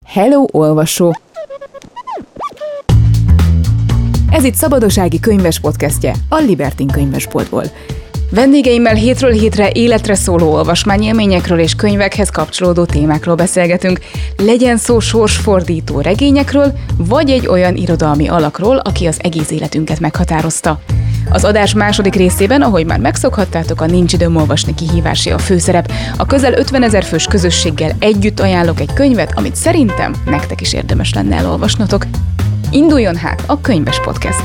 Hello, olvasó! Ez itt Szabadossági könyves podcastje, a Libertin könyvesboltból. Vendégeimmel hétről hétre életre szóló olvasmányélményekről és könyvekhez kapcsolódó témákról beszélgetünk, legyen szó sorsfordító regényekről, vagy egy olyan irodalmi alakról, aki az egész életünket meghatározta. Az adás második részében, ahogy már megszokhattátok, a Nincs időm olvasni kihívásé a főszerep. A közel 50 000 fős közösséggel együtt ajánlok egy könyvet, amit szerintem nektek is érdemes lenne elolvasnotok. Induljon hát a Könyves Podcast!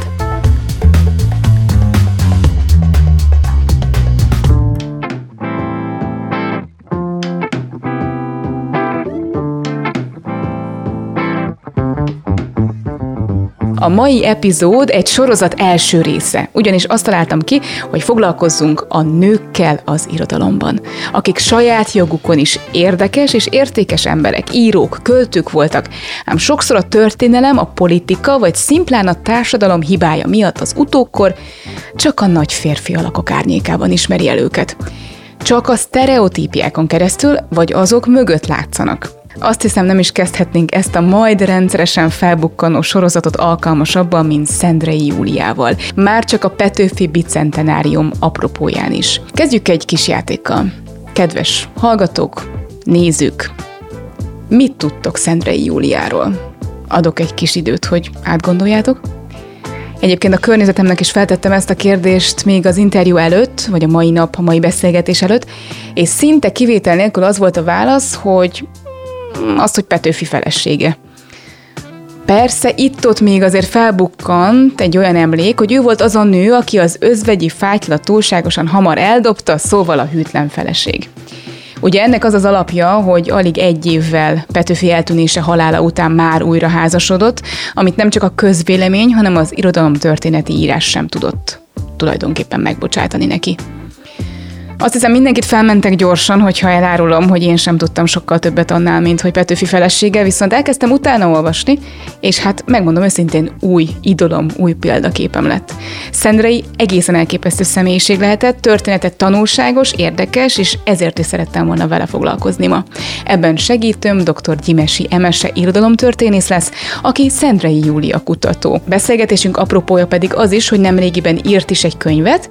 A mai epizód egy sorozat első része, ugyanis azt találtam ki, hogy foglalkozzunk a nőkkel az irodalomban, akik saját jogukon is érdekes és értékes emberek, írók, költők voltak, ám sokszor a történelem, a politika vagy szimplán a társadalom hibája miatt az utókor csak a nagy férfi alakok árnyékában ismeri el őket. Csak a sztereotípiákon keresztül vagy azok mögött látszanak. Azt hiszem, nem is kezdhetnénk ezt a majd rendszeresen felbukkanó sorozatot alkalmasabban, mint Szendrei Júliával. Már csak a Petőfi bicentenárium apropóján is. Kezdjük egy kis játékkal. Kedves hallgatók, nézők, mit tudtok Szendrei Júliáról? Adok egy kis időt, hogy átgondoljátok. Egyébként a környezetemnek is feltettem ezt a kérdést még az interjú előtt, vagy a mai nap, a mai beszélgetés előtt, és szinte kivétel nélkül az volt a válasz, hogy Petőfi felesége. Persze itt-ott még azért felbukkant egy olyan emlék, hogy ő volt az a nő, aki az özvegyi fátylat túlságosan hamar eldobta, szóval a hűtlen feleség. Ugye ennek az az alapja, hogy alig egy évvel Petőfi eltűnése halála után már újra házasodott, amit nem csak a közvélemény, hanem az irodalomtörténeti írás sem tudott tulajdonképpen megbocsátani neki. Azt hiszem, mindenkit felmentek gyorsan, hogyha elárulom, hogy én sem tudtam sokkal többet annál, mint hogy Petőfi felesége, viszont elkezdtem utána olvasni, és hát megmondom őszintén, új idolom, új példaképem lett. Szendrei egészen elképesztő személyiség lehetett, története tanulságos, érdekes, és ezért is szerettem volna vele foglalkozni ma. Ebben segítőm dr. Gyimesi Emese irodalomtörténész lesz, aki Szendrei Júlia kutató. Beszélgetésünk apropója pedig az is, hogy nemrégiben írt is egy könyvet,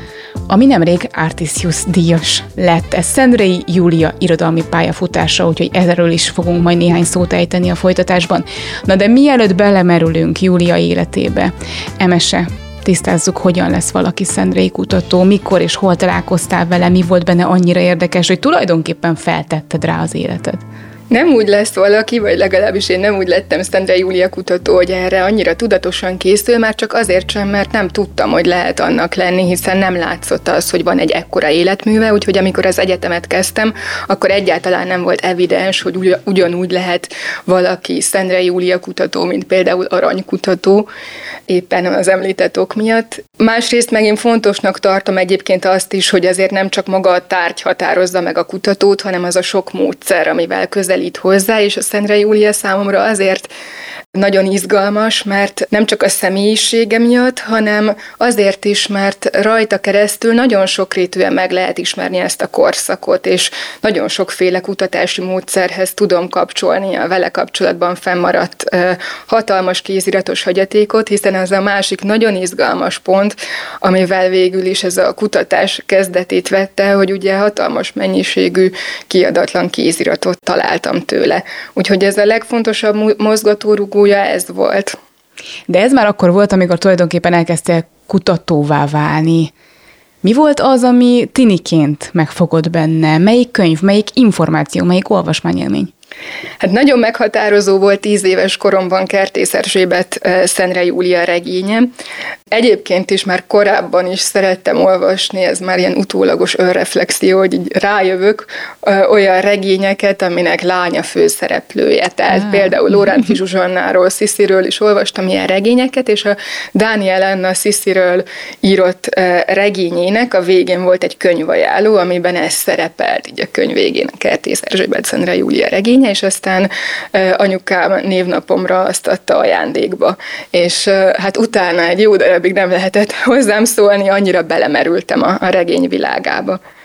ami nemrég Artisius díjas lett. Ez Szendrei Júlia irodalmi pályafutása, úgyhogy erről is fogunk majd néhány szót ejteni a folytatásban. Na de mielőtt belemerülünk Júlia életébe, Emese, tisztázzuk, hogyan lesz valaki Szendrei kutató, mikor és hol találkoztál vele, mi volt benne annyira érdekes, hogy tulajdonképpen feltetted rá az életed. Nem úgy lesz valaki, vagy legalábbis én nem úgy lettem Szendrei Júlia kutató, hogy erre annyira tudatosan készül, már csak azért sem, mert nem tudtam, hogy lehet annak lenni, hiszen nem látszott az, hogy van egy ekkora életműve, úgyhogy amikor az egyetemet kezdtem, akkor egyáltalán nem volt evidens, hogy ugyanúgy lehet valaki Szendrei Júlia kutató, mint például aranykutató, éppen az említett ok miatt. Másrészt meg én fontosnak tartom egyébként azt is, hogy azért nem csak maga a tárgy határozza meg a kutatót, hanem az a sok módszer, amivel közelít hozzá, és a Szendrei Júlia számomra azért nagyon izgalmas, mert nem csak a személyisége miatt, hanem azért is, mert rajta keresztül nagyon sokrétűen meg lehet ismerni ezt a korszakot, és nagyon sokféle kutatási módszerhez tudom kapcsolni a vele kapcsolatban fennmaradt hatalmas kéziratos hagyatékot, hiszen ez a másik nagyon izgalmas pont, amivel végül is ez a kutatás kezdetét vette, hogy ugye hatalmas mennyiségű kiadatlan kéziratot találtam tőle. Úgyhogy ez a legfontosabb mozgatórugója ez volt. De ez már akkor volt, amikor tulajdonképpen elkezdtél kutatóvá válni. Mi volt az, ami tiniként megfogott benne? Melyik könyv, melyik információ, melyik olvasmányélmény? Hát nagyon meghatározó volt 10 éves koromban Kertész Erzsébet Szendrei Júlia regénye. Egyébként is már korábban is szerettem olvasni, ez már ilyen utólagos önreflexió, hogy így rájövök olyan regényeket, aminek lánya főszereplője. Tehát például Lóránti Zsuzsannáról, Szisziről is olvastam ilyen regényeket, és a Dániel Anna Szisziről írott regényének a végén volt egy könyvajánló, amiben ez szerepelt, így a könyv végén a Kertész Erzsébet Szendrei Júlia regénye, és aztán anyukám névnapomra azt adta ajándékba. És hát utána egy jó darabig nem lehetett hozzám szólni, annyira belemerültem a regény világába.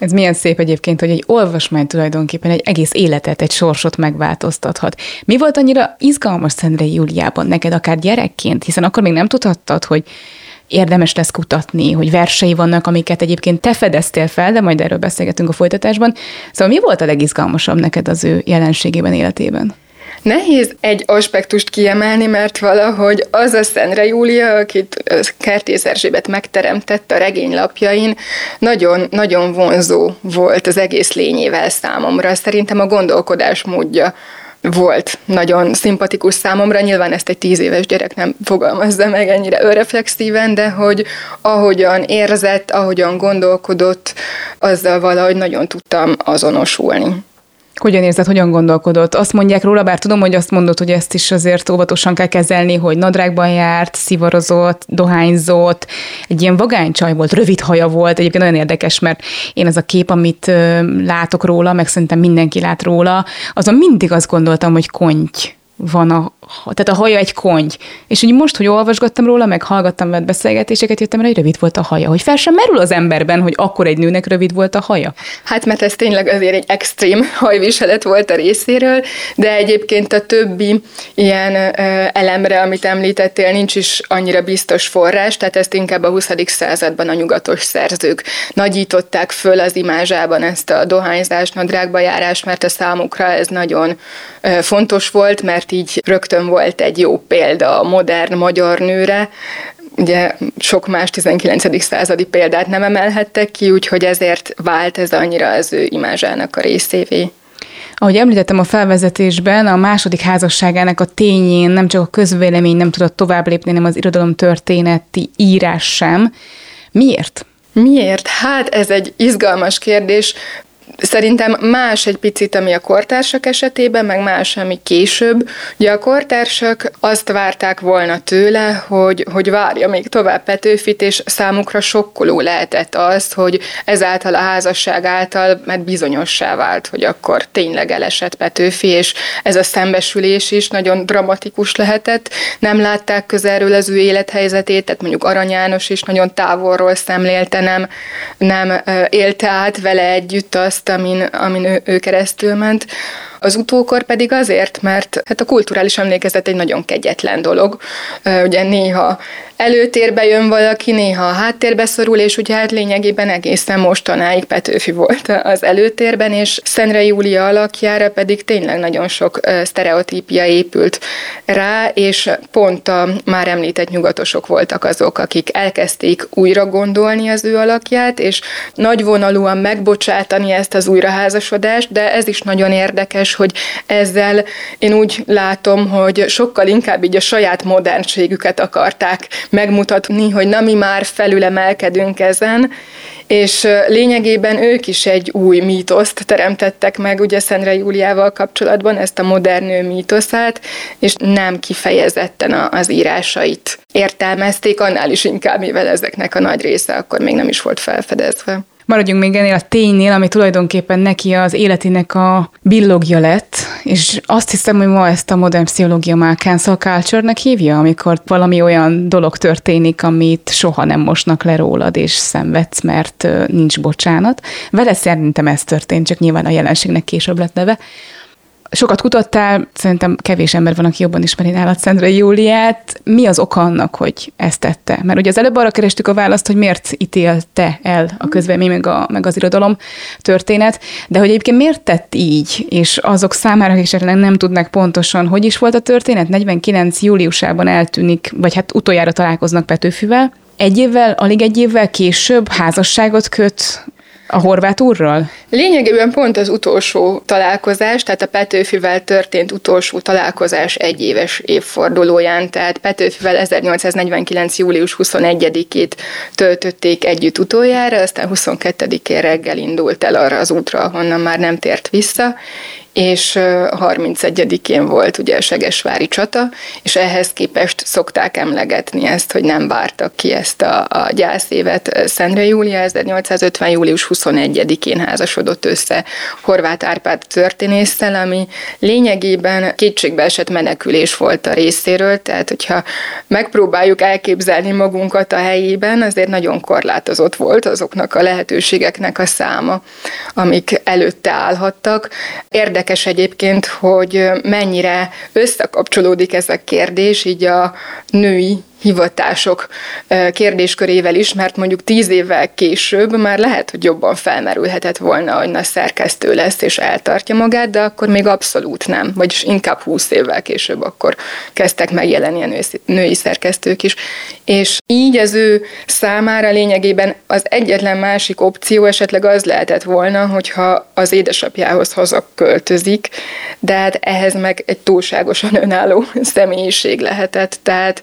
Ez milyen szép egyébként, hogy egy olvasmány tulajdonképpen egy egész életet, egy sorsot megváltoztathat. Mi volt annyira izgalmas Szendrei Júliában neked, akár gyerekként, hiszen akkor még nem tudhattad, hogy érdemes lesz kutatni, hogy versei vannak, amiket egyébként te fedeztél fel, de majd erről beszélgetünk a folytatásban. Szóval mi volt a legizgalmasabb neked az ő jelenségében, életében? Nehéz egy aspektust kiemelni, mert valahogy az a Szendrei Júlia, akit Kertész Erzsébet megteremtett a regénylapjain, nagyon, nagyon vonzó volt az egész lényével számomra. Szerintem a gondolkodásmódja volt nagyon szimpatikus számomra, nyilván ezt egy 10 éves gyerek nem fogalmazza meg ennyire önreflexíven, de hogy ahogyan érzett, ahogyan gondolkodott, azzal valahogy nagyon tudtam azonosulni. Hogyan érzed, hogyan gondolkodott? Azt mondják róla, bár tudom, hogy azt mondod, hogy ezt is azért óvatosan kell kezelni, hogy nadrágban járt, szivarozott, dohányzott, egy ilyen vagány csaj volt, rövid haja volt, egyébként nagyon érdekes, mert én az a kép, amit látok róla, meg szerintem mindenki lát róla, azon mindig azt gondoltam, hogy konty van tehát a haja egy konty. És úgy most, hogy olvasgattam róla, meg hallgattam veled beszélgetéseket, jöttem rá, hogy rövid volt a haja. Hogy fel sem merül az emberben, hogy akkor egy nőnek rövid volt a haja. Hát mert ez tényleg azért egy extrém hajviselet volt a részéről, de egyébként a többi ilyen elemre, amit említettél, nincs is annyira biztos forrás, tehát ezt inkább a 20. században a nyugatos szerzők nagyították föl az imázsában ezt a dohányzást, nadrágba járást, mert a számukra ez nagyon fontos volt, mert így rögtön volt egy jó példa a modern magyar nőre. Ugye sok más 19. századi példát nem emelhettek ki, úgyhogy ezért vált ez annyira az ő imázsának a részévé. Ahogy említettem a felvezetésben, a második házasságának a tényén nem csak a közvélemény nem tudott tovább lépni, hanem az irodalomtörténeti írás sem. Miért? Miért? Hát ez egy izgalmas kérdés. Szerintem más egy picit, ami a kortársak esetében, meg más, ami később. Ugye a kortársak azt várták volna tőle, hogy várja még tovább Petőfit, és számukra sokkoló lehetett az, hogy ezáltal a házasság által mert bizonyossá vált, hogy akkor tényleg elesett Petőfi, és ez a szembesülés is nagyon dramatikus lehetett. Nem látták közelről az ő élethelyzetét, tehát mondjuk Arany János is nagyon távolról szemlélte, nem élte át vele együtt azt, amin ő keresztül ment. Az utókor pedig azért, mert hát a kulturális emlékezet egy nagyon kegyetlen dolog. Ugye néha előtérbe jön valaki, néha a háttérbe szorul, és ugye hát lényegében egészen mostanáig Petőfi volt az előtérben, és Szendrei Júlia alakjára pedig tényleg nagyon sok sztereotípia épült rá, és pont a már említett nyugatosok voltak azok, akik elkezdték újra gondolni az ő alakját, és nagyvonalúan megbocsátani ezt az újraházasodást, de ez is nagyon érdekes, hogy ezzel én úgy látom, hogy sokkal inkább így a saját modernségüket akarták megmutatni, hogy na mi már felülemelkedünk ezen, és lényegében ők is egy új mítoszt teremtettek meg ugye Szendrei Júliával kapcsolatban, ezt a modern nő mítoszát, és nem kifejezetten az írásait értelmezték, annál is inkább, mivel ezeknek a nagy része akkor még nem is volt felfedezve. Maradjunk még ennél a ténynél, ami tulajdonképpen neki az életének a billogja lett, és azt hiszem, hogy ma ezt a modern pszichológia már cancel culture-nek hívja, amikor valami olyan dolog történik, amit soha nem mosnak le rólad, és szenvedsz, mert nincs bocsánat. Vele szerintem ez történt, csak nyilván a jelenségnek később lett neve. Sokat kutattál, szerintem kevés ember van, aki jobban ismeri nálad Szendrei Júliát. Mi az oka annak, hogy ezt tette? Mert ugye az előbb arra kerestük a választ, hogy miért ítélte el a közvélemény meg az irodalom történet, de hogy egyébként miért tett így? És azok számára, akik esetleg nem tudnak pontosan, hogy is volt a történet, 49. júliusában eltűnik, vagy hát utoljára találkoznak Petőfivel. Alig egy évvel később házasságot köt a Horváth úrral? Lényegében pont az utolsó találkozás, tehát a Petőfivel történt utolsó találkozás egyéves évfordulóján, tehát Petőfivel 1849. július 21-ét töltötték együtt utoljára, aztán 22-én reggel indult el arra az útra, ahonnan már nem tért vissza, és 31-én volt ugye a segesvári csata, és ehhez képest szokták emlegetni ezt, hogy nem vártak ki ezt a gyászévet. Szendre Júlia 1850. július 21-én házasodott össze Horváth Árpád történésszel, ami lényegében kétségbeesett menekülés volt a részéről, tehát hogyha megpróbáljuk elképzelni magunkat a helyében, azért nagyon korlátozott volt azoknak a lehetőségeknek a száma, amik előtte állhattak. Érdekes egyébként, hogy mennyire összekapcsolódik ez a kérdés így a női hivatások kérdéskörével is, mert mondjuk 10 évvel később már lehet, hogy jobban felmerülhetett volna, hogy na szerkesztő lesz és eltartja magát, de akkor még abszolút nem, vagyis inkább 20 évvel később akkor kezdtek megjelenni a női szerkesztők is. És így az ő számára lényegében az egyetlen másik opció esetleg az lehetett volna, hogyha az édesapjához hazaköltözik, de hát ehhez meg egy túlságosan önálló személyiség lehetett, tehát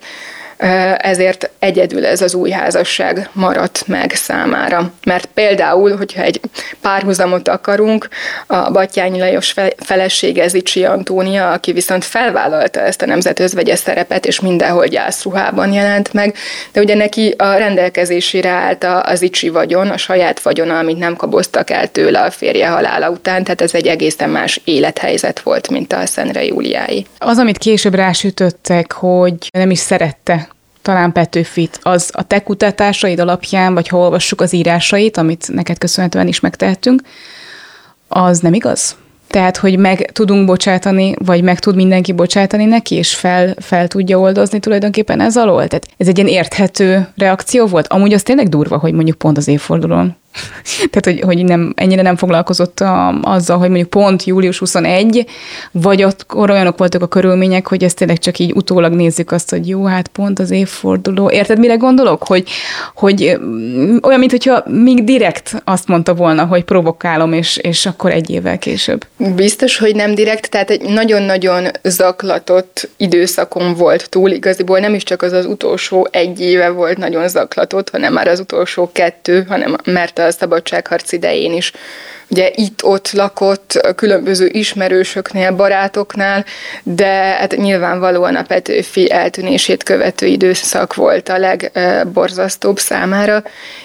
ezért egyedül ez az új házasság maradt meg számára. Mert például, hogyha egy párhuzamot akarunk, a Batthyány Lajos felesége Zichy Antónia, aki viszont felvállalta ezt a nemzetözvegyes szerepet, és mindenhol gyászruhában jelent meg, de ugye neki a rendelkezésére állt a Zichy vagyon, a saját vagyona, amit nem kaboztak el tőle a férje halála után, tehát ez egy egészen más élethelyzet volt, mint a Szendre Júliái. Az, amit később rásütöttek, hogy nem is szerette talán Petőfit, az a te kutatásaid alapján, vagy ha olvassuk az írásait, amit neked köszönhetően is megtehettünk, az nem igaz? Tehát, hogy meg tudunk bocsátani, vagy meg tud mindenki bocsátani neki, és fel tudja oldozni tulajdonképpen ez alól? Tehát ez egy ilyen érthető reakció volt? Amúgy az tényleg durva, hogy mondjuk pont az évfordulón. Tehát, hogy nem, ennyire nem foglalkozott azzal, hogy mondjuk pont július 21, vagy ott olyanok voltak a körülmények, hogy ezt tényleg csak így utólag nézzük azt, hogy jó, hát pont az évforduló. Érted, mire gondolok? Hogy olyan, mintha még direkt azt mondta volna, hogy provokálom, és akkor egy évvel később. Biztos, hogy nem direkt, tehát egy nagyon-nagyon zaklatott időszakon volt túl, igaziból nem is csak az utolsó egy éve volt nagyon zaklatott, hanem már az utolsó 2, hanem mert a szabadságharc idején is ugye itt-ott lakott, különböző ismerősöknél, barátoknál, de hát nyilvánvalóan a Petőfi eltűnését követő időszak volt a legborzasztóbb számára,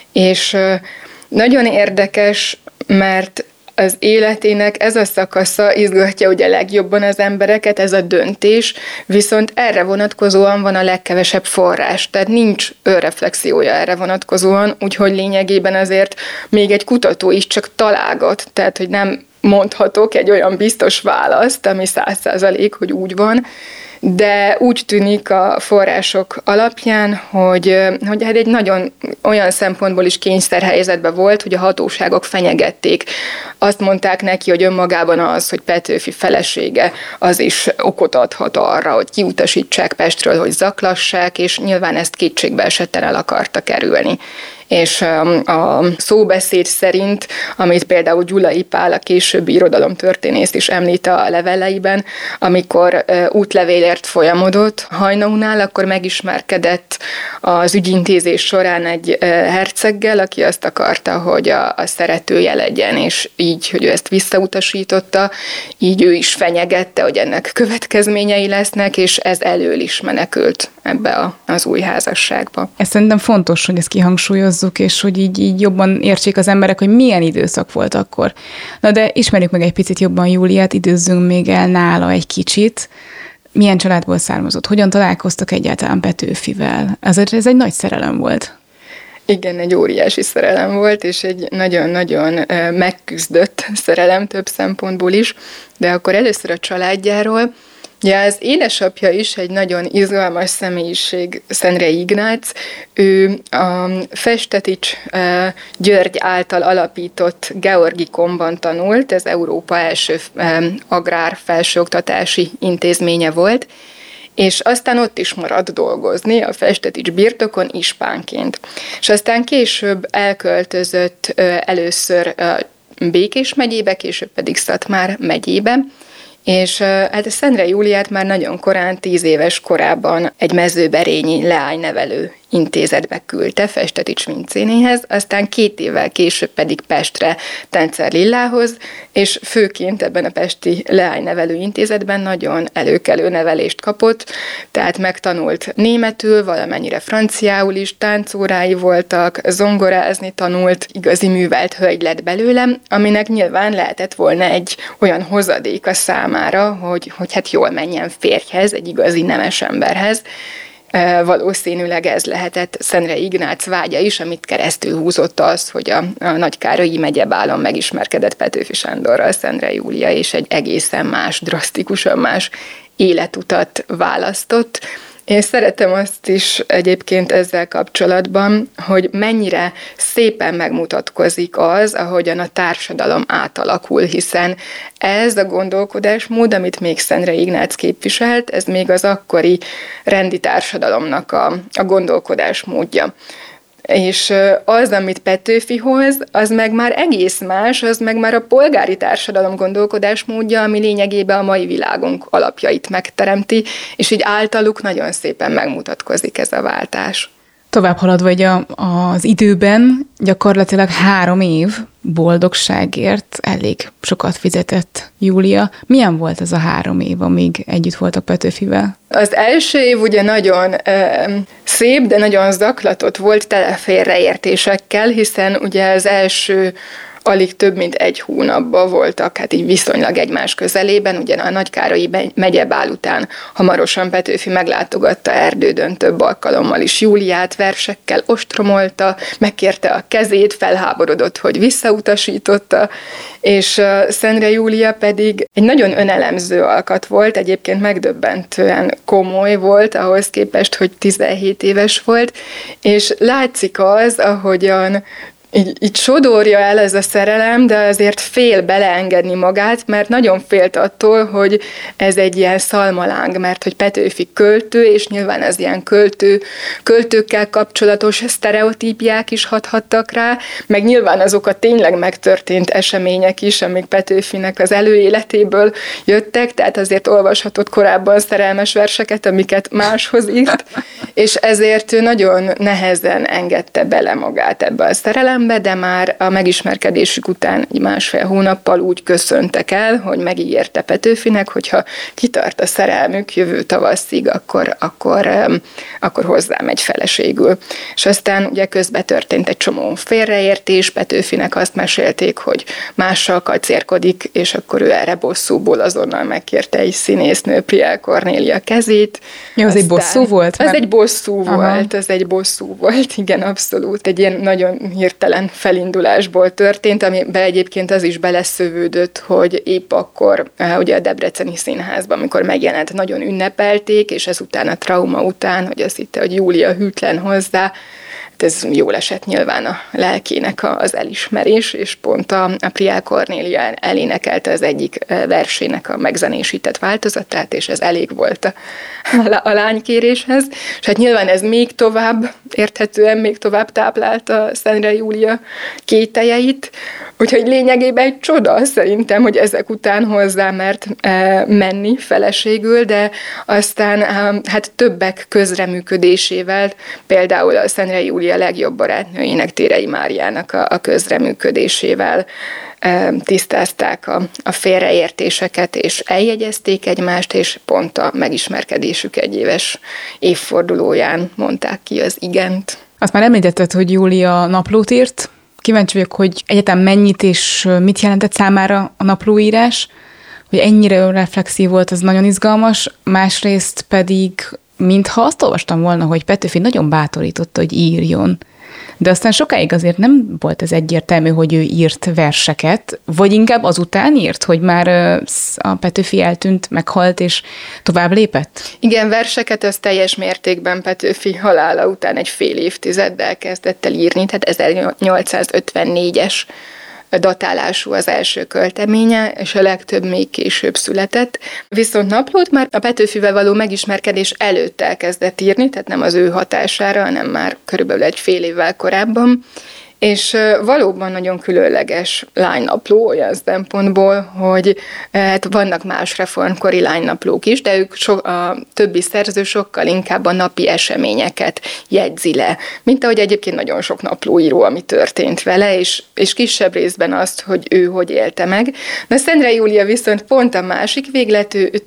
és nagyon érdekes, mert az életének ez a szakasza izgatja ugye legjobban az embereket, ez a döntés, viszont erre vonatkozóan van a legkevesebb forrás, tehát nincs önreflexiója erre vonatkozóan, úgyhogy lényegében azért még egy kutató is csak találgat, tehát hogy nem mondhatok egy olyan biztos választ, ami 100%, hogy úgy van, de úgy tűnik a források alapján, hogy hát egy nagyon olyan szempontból is kényszerhelyzetben volt, hogy a hatóságok fenyegették. Azt mondták neki, hogy önmagában az, hogy Petőfi felesége, az is okot adhat arra, hogy kiutasítsák Pestről, hogy zaklassák, és nyilván ezt kétségbe esetten el akarta kerülni. És a szóbeszéd szerint, amit például Gyulai Pál, a későbbi irodalomtörténész is említ a leveleiben, amikor útlevélért folyamodott Hajnaunál, akkor megismerkedett az ügyintézés során egy herceggel, aki azt akarta, hogy a szeretője legyen, és így, hogy ő ezt visszautasította, így ő is fenyegette, hogy ennek következményei lesznek, és ez elől is menekült ebbe az új házasságba. Ez szerintem fontos, hogy ezt kihangsúlyozzuk, és hogy így jobban értsék az emberek, hogy milyen időszak volt akkor. Na de ismerjük meg egy picit jobban Júliát, időzzünk még el nála egy kicsit. Milyen családból származott? Hogyan találkoztak egyáltalán Petőfivel? Ez egy nagy szerelem volt. Igen, egy óriási szerelem volt, és egy nagyon-nagyon megküzdött szerelem több szempontból is, de akkor először a családjáról. Ja, az édesapja is egy nagyon izgalmas személyiség, Szentrei Ignác. Ő a Festetics György által alapított Georgikonban tanult, ez Európa első agrár felsőoktatási intézménye volt, és aztán ott is maradt dolgozni a Festetics birtokon ispánként. És aztán később elköltözött először Békés megyébe, később pedig Szatmár megyébe, és hát a Szendre Júliát már nagyon korán, 10 éves korában egy mezőberényi leánynevelő Intézetbe küldte, Festetics Mincénéhez, aztán 2 évvel később pedig Pestre, Tencer Lillához, és főként ebben a pesti leánynevelő intézetben nagyon előkelő nevelést kapott, tehát megtanult németül, valamennyire franciául is, táncórái voltak, zongorázni tanult, igazi művelt hölgy lett belőlem, aminek nyilván lehetett volna egy olyan hozadéka számára, hogy hát jól menjen férjhez, egy igazi nemes emberhez. Valószínűleg ez lehetett Szentrei Ignác vágya is, amit keresztül húzott az, hogy a Nagykárolyi megyebálon megismerkedett Petőfi Sándorral Szentrei Júlia, és egy egészen más, drasztikusan más életutat választott. Én szeretem azt is egyébként ezzel kapcsolatban, hogy mennyire szépen megmutatkozik az, ahogyan a társadalom átalakul, hiszen ez a gondolkodásmód, amit még Szentrei Ignác képviselt, ez még az akkori rendi társadalomnak a gondolkodásmódja. És az, amit Petőfi hoz, az meg már egész más, az meg már a polgári társadalom gondolkodásmódja, ami lényegében a mai világunk alapjait megteremti, és így általuk nagyon szépen megmutatkozik ez a váltás. Tovább haladva az időben gyakorlatilag 3 év boldogságért elég sokat fizetett Júlia. Milyen volt ez a 3 év, amíg együtt voltak Petőfivel? Az első év ugye nagyon szép, de nagyon zaklatott volt, tele félreértésekkel, hiszen ugye az első alig több mint 1 hónapban voltak, hát így viszonylag egymás közelében, ugye a Nagykárolyi megyebál után hamarosan Petőfi meglátogatta Erdődön több alkalommal is Júliát, versekkel ostromolta, megkérte a kezét, felháborodott, hogy visszautasította, és Szentrei Júlia pedig egy nagyon önelemző alkat volt, egyébként megdöbbentően komoly volt, ahhoz képest, hogy 17 éves volt, és látszik az, ahogyan így sodorja el ez a szerelem, de azért fél beleengedni magát, mert nagyon félt attól, hogy ez egy ilyen szalmaláng, mert hogy Petőfi költő, és nyilván ez ilyen költőkkel kapcsolatos sztereotípiák is hathattak rá, meg nyilván azok a tényleg megtörtént események is, amik Petőfinek az előéletéből jöttek, tehát azért olvashatott korábban szerelmes verseket, amiket máshoz írt, és ezért ő nagyon nehezen engedte bele magát ebbe a szerelembe, de már a megismerkedésük után 1,5 hónappal úgy köszöntek el, hogy megígérte Petőfinek, hogyha kitart a szerelmük jövő tavaszig, akkor hozzámegy feleségül. És aztán ugye közben történt egy csomó félreértés, Petőfinek azt mesélték, hogy mással kacérkodik, és akkor ő erre bosszúból azonnal megkérte egy színésznő, Priel Kornélia kezét. Ja, az egy bosszú volt? Az egy bosszú volt, igen, abszolút. Egy ilyen nagyon hirtelen felindulásból történt, amiben egyébként az is beleszövődött, hogy épp akkor ugye a Debreceni Színházban, amikor megjelent, nagyon ünnepelték, és ezután a trauma után, hogy azt hitte, hogy Júlia hűtlen hozzá, ez jól esett nyilván a lelkének az elismerés, és pont a Priel Kornélia elénekelte az egyik versének a megzenésített változatát, és ez elég volt a lánykéréshez. És hát nyilván ez még tovább, érthetően még tovább táplálta Szentrei Júlia kételyeit, úgyhogy lényegében egy csoda szerintem, hogy ezek után hozzá mert menni feleségül, de aztán hát többek közreműködésével, például a Szentrei Júlia legjobb barátnőjének, Térei Máriának a közreműködésével tisztázták a félreértéseket, és eljegyezték egymást, és pont a megismerkedésük 1 éves évfordulóján mondták ki az igent. Azt már említetted, hogy Júlia naplót írt. Kíváncsi vagyok, hogy egyetem mennyit és mit jelentett számára a naplóírás, hogy ennyire reflexív volt, az nagyon izgalmas, másrészt pedig mintha azt olvastam volna, hogy Petőfi nagyon bátorította, hogy írjon. De aztán sokáig azért nem volt ez egyértelmű, hogy ő írt verseket, vagy inkább azután írt, hogy már a Petőfi eltűnt, meghalt, és tovább lépett? Igen, verseket az teljes mértékben Petőfi halála után egy fél évtizeddel kezdett el írni, tehát 1854-es datálású az első költeménye, és a legtöbb még később született. Viszont naplót már a Petőfivel való megismerkedés előtt elkezdett írni, tehát nem az ő hatására, hanem már körülbelül egy fél évvel korábban, És valóban nagyon különleges lánynapló olyan szempontból, hogy hát vannak más reformkori lánynaplók is, de a többi szerző sokkal inkább a napi eseményeket jegyzi le, mint ahogy egyébként nagyon sok naplóíró, ami történt vele, és kisebb részben azt, hogy ő hogy élte meg. De Szendre Júlia viszont pont a másik végletű, ő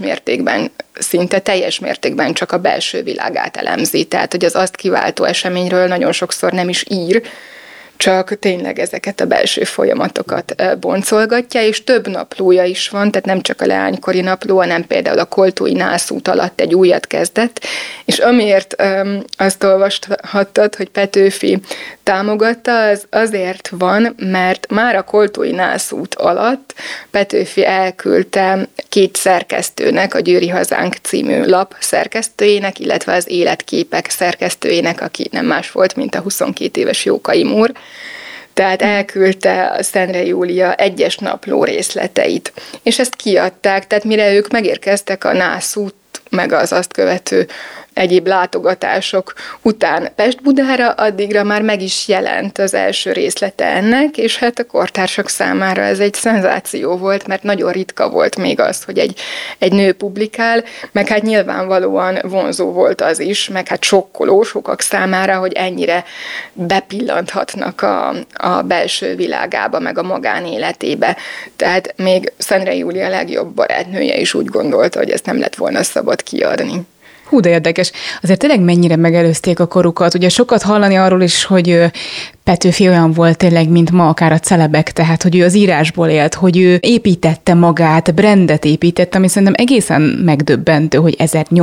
szinte teljes mértékben csak a belső világát elemzi, tehát hogy az azt kiváltó eseményről nagyon sokszor nem is ír, csak tényleg ezeket a belső folyamatokat boncolgatja, és több naplója is van, tehát nem csak a leánykori napló, hanem például a Koltói nászút alatt egy újat kezdett, és amiért azt olvashattad, hogy Petőfi támogatta, az azért van, mert már a Koltói nászút alatt Petőfi elküldte 2 szerkesztőnek, a Győri Hazánk című lap szerkesztőjének, illetve az Életképek szerkesztőjének, aki nem más volt, mint a 22 éves Jókai Mór. Tehát elküldte a Szendre Júlia egyes napló részleteit. És ezt kiadták, tehát mire ők megérkeztek a nászút, meg az azt követő egyéb látogatások után Pest-Budára, addigra már meg is jelent az első részlete ennek, és hát a kortársak számára ez egy szenzáció volt, mert nagyon ritka volt még az, hogy egy nő publikál, meg hát nyilvánvalóan vonzó volt az is, meg hát sokkoló sokak számára, hogy ennyire bepillanthatnak a belső világába, meg a magánéletébe. Tehát még Szendre Júlia legjobb barátnője is úgy gondolta, hogy ezt nem lett volna szabad kiadni. Hú, de érdekes. Azért tényleg mennyire megelőzték a korukat. Ugye sokat hallani arról is, hogy Petőfi olyan volt tényleg, mint ma akár a celebek, tehát hogy ő az írásból élt, hogy ő építette magát, brandet épített, ami szerintem egészen megdöbbentő, hogy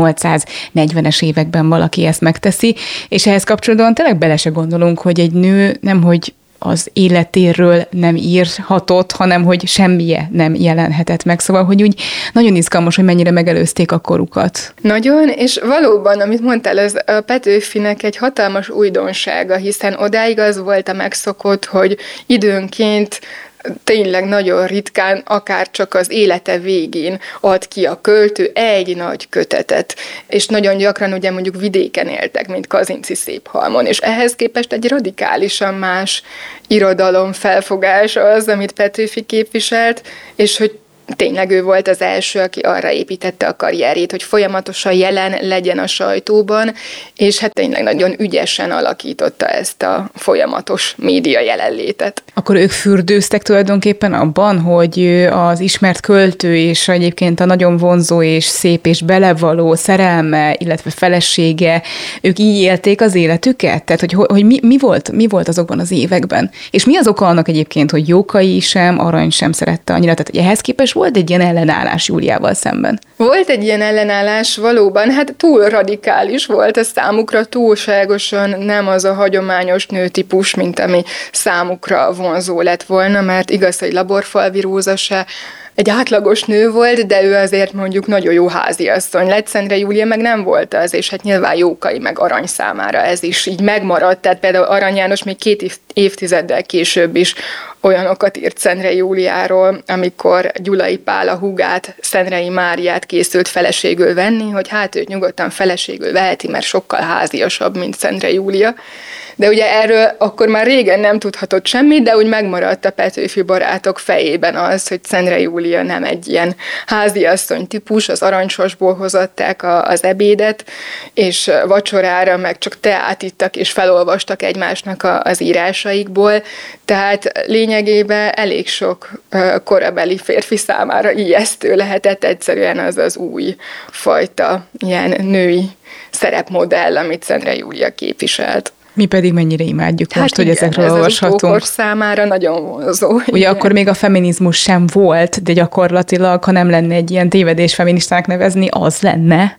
1840-es években valaki ezt megteszi, és ehhez kapcsolódóan tényleg bele se gondolunk, hogy egy nő nemhogy az életéről nem írhatott, hanem hogy semmije nem jelenhetett meg. Szóval, hogy úgy nagyon izgalmas, hogy mennyire megelőzték a korukat. Nagyon, és valóban, amit mondtál, az a Petőfinek egy hatalmas újdonsága, hiszen odáig az volt a megszokott, hogy időnként tényleg nagyon ritkán, akár csak az élete végén ad ki a költő egy nagy kötetet. És nagyon gyakran ugye mondjuk vidéken éltek, mint Kazinczy Széphalmon, és ehhez képest egy radikálisan más irodalom felfogása az, amit Petőfi képviselt, és hogy tényleg ő volt az első, aki arra építette a karrierjét, hogy folyamatosan jelen legyen a sajtóban, és hát tényleg nagyon ügyesen alakította ezt a folyamatos média jelenlétet. Akkor ők fürdőztek tulajdonképpen abban, hogy az ismert költő és egyébként a nagyon vonzó és szép és belevaló szerelme, illetve felesége, ők így élték az életüket? Tehát, hogy mi volt azokban az években? És mi az oka annak egyébként, hogy Jókai sem, Arany sem szerette annyira? Tehát, hogy ehhez képest volt egy ilyen ellenállás Júliával szemben? Volt egy ilyen ellenállás valóban, hát túl radikális volt, ez számukra túlságosan nem az a hagyományos nőtípus, mint ami számukra vonzó lett volna, mert igaz, hogy Laborfalvi Róza se egy átlagos nő volt, de ő azért mondjuk nagyon jó háziasszony lett, Szendre Júlia meg nem volt az, és hát nyilván Jókai meg Arany számára ez is így megmaradt, tehát például Arany János még 2 évtizeddel később is olyanokat írt Szendre Júliáról, amikor Gyulai Pál a húgát, Szentrei Máriát készült feleségül venni, hogy hát őt nyugodtan feleségül veheti, mert sokkal háziasabb, mint Szendre Júlia. De ugye erről akkor már régen nem tudhatott semmit, de úgy megmaradt a Petőfi barátok fejében az, hogy Szendre Júlia nem egy ilyen háziasszony típus, az aranysosból hozatták az ebédet, és vacsorára meg csak teát ittak és felolvastak egymásnak az írásaikból, tehát lényegében elég sok korabeli férfi számára ijesztő lehetett egyszerűen az új fajta ilyen női szerepmodell, amit Szendre Júlia képviselt. Mi pedig mennyire imádjuk hát most, igen, hogy ezekről olvashatunk. Ez az számára nagyon vonzó. Ugye igen. Akkor még a feminizmus sem volt, de gyakorlatilag, ha nem lenne egy ilyen tévedés feministának nevezni, az lenne.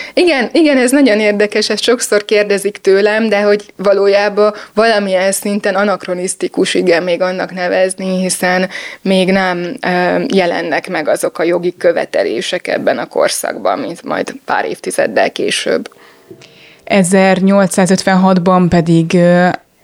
Igen, ez nagyon érdekes, ezt sokszor kérdezik tőlem, de hogy valójában valamilyen szinten anakronisztikus, igen, még annak nevezni, hiszen még nem jelennek meg azok a jogi követelések ebben a korszakban, mint majd pár évtizeddel később. 1856-ban pedig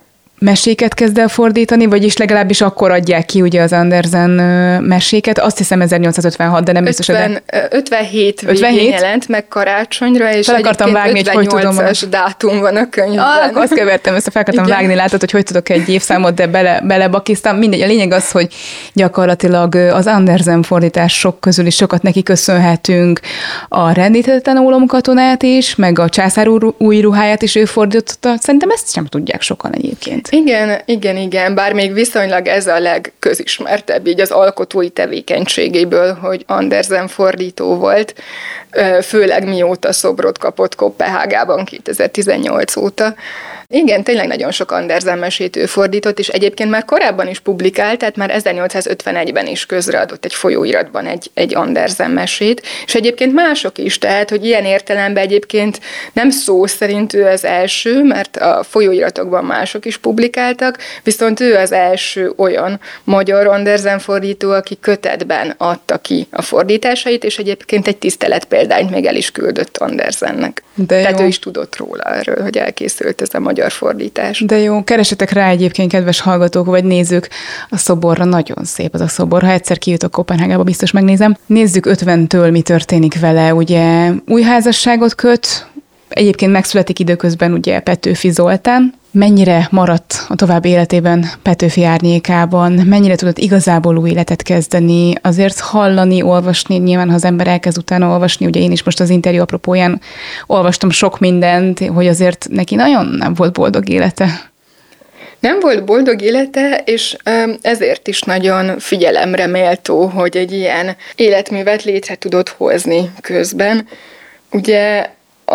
meséket kezd el fordítani, vagyis legalábbis akkor adják ki ugye az Andersen meséket. Azt hiszem 1856, de nem biztos. 57 végén jelent meg karácsonyra, és akartam vágni, 58-as dátum van a könyvben. Azt kevertem, ezt fel akartam vágni, látod, hogy tudok egy évszámot, de belebakisztam. Mindegy, a lényeg az, hogy gyakorlatilag az Andersen fordítások közül is sokat neki köszönhetünk. A Rendíthetetlen ólomkatonát is, meg a Császár új ruháját is ő fordította. Szerintem ezt sem tudják sokan egyébként. Igen, bár még viszonylag ez a legközismertebb így az alkotói tevékenységéből, hogy Andersen fordító volt, főleg mióta szobrot kapott Koppenhágában 2018 óta. Igen, tényleg nagyon sok Andersen mesét ő fordított, és egyébként már korábban is publikált, tehát már 1851-ben is közreadott egy folyóiratban egy Andersen mesét, és egyébként mások is, tehát, hogy ilyen értelemben egyébként nem szó szerint ő az első, mert a folyóiratokban mások is publikáltak, viszont ő az első olyan magyar Andersen fordító, aki kötetben adta ki a fordításait, és egyébként egy tiszteletpéldányt még el is küldött Andersennek. Tehát ő is tudott róla erről, hogy elkészült ez a magyar fordítás. De jó, keresetek rá egyébként, kedves hallgatók vagy nézők, a szoborra, nagyon szép az a szobor. Ha egyszer kijutok Koppenhágába, biztos megnézem. Nézzük 50-től mi történik vele. Ugye új házasságot köt, egyébként megszületik időközben ugye Petőfi Zoltán. Mennyire maradt a további életében Petőfi árnyékában, mennyire tudott igazából új életet kezdeni, azért hallani, olvasni, nyilván ha az ember elkezd utána olvasni, ugye én is most az interjú apropóján olvastam sok mindent, hogy azért neki nagyon nem volt boldog élete. Nem volt boldog élete, és ezért is nagyon figyelemre méltó, hogy egy ilyen életművet létre tudott hozni közben. Ugye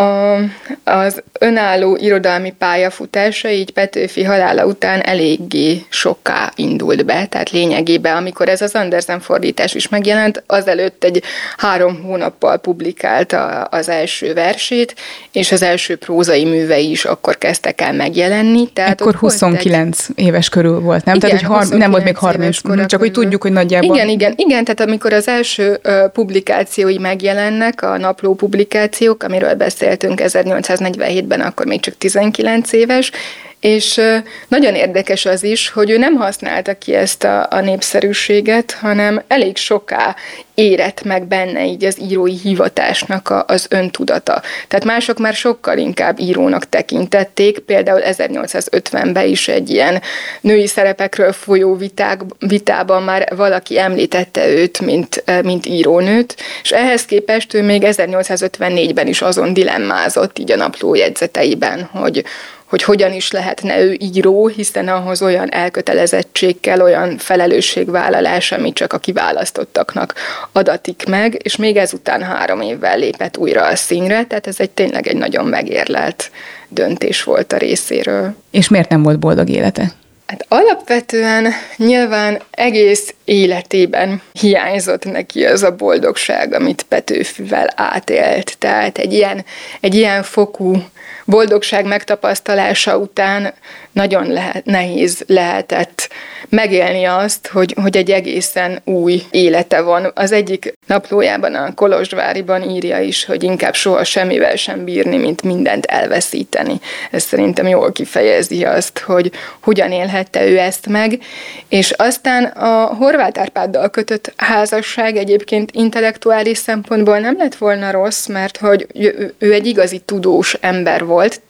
az önálló irodalmi pályafutása így Petőfi halála után eléggé soká indult be, tehát lényegében, amikor ez az Andersen fordítás is megjelent, azelőtt egy 3 hónappal publikálta az első versét, és az első prózai művei is akkor kezdtek el megjelenni. Tehát akkor 29 éves körül volt, nem? Igen, tehát, hogy nem volt még 30, csak hogy tudjuk, hogy nagyjából. Igen, tehát amikor az első publikációi megjelennek, a napló publikációk, amiről beszéltünk 1847-ben, akkor még csak 19 éves, és nagyon érdekes az is, hogy ő nem használta ki ezt a népszerűséget, hanem elég soká érett meg benne így az írói hivatásnak az öntudata. Tehát mások már sokkal inkább írónak tekintették, például 1850-ben is egy ilyen női szerepekről folyó vitában már valaki említette őt, mint írónőt, és ehhez képest ő még 1854-ben is azon dilemmázott így a naplójegyzeteiben, hogy hogyan is lehetne ő író, hiszen ahhoz olyan elkötelezettség kell, olyan felelősségvállalás, ami csak a kiválasztottaknak adatik meg, és még ezután 3 évvel lépett újra a színre, tehát ez tényleg egy nagyon megérlelt döntés volt a részéről. És miért nem volt boldog élete? Hát alapvetően nyilván egész életében hiányzott neki az a boldogság, amit Petőfivel átélt. Tehát egy ilyen fokú boldogság megtapasztalása után nagyon nehéz lehetett megélni azt, hogy egy egészen új élete van. Az egyik naplójában, a Kolozsváriban írja is, hogy inkább soha semmivel sem bírni, mint mindent elveszíteni. Ez szerintem jól kifejezi azt, hogy hogyan élhette ő ezt meg. És aztán a Horváth Árpáddal kötött házasság egyébként intellektuális szempontból nem lett volna rossz, mert hogy ő egy igazi tudós ember volt,